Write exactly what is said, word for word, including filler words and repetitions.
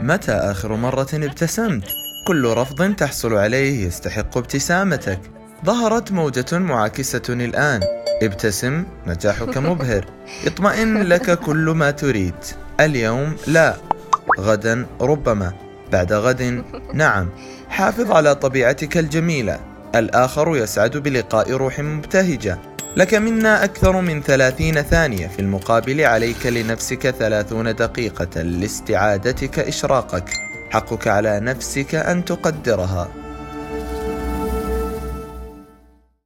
متى آخر مرة ابتسمت؟ كل رفض تحصل عليه يستحق ابتسامتك. ظهرت موجة معاكسة الآن. ابتسم، نجاحك مبهر. اطمئن، لك كل ما تريد. اليوم لا، غدا ربما، بعد غد نعم. حافظ على طبيعتك الجميلة. الآخر يسعد بلقاء روح مبتهجة. لك منا أكثر من ثلاثين ثانية، في المقابل عليك لنفسك ثلاثون دقيقة لاستعادتك إشراقك. حقك على نفسك أن تقدرها.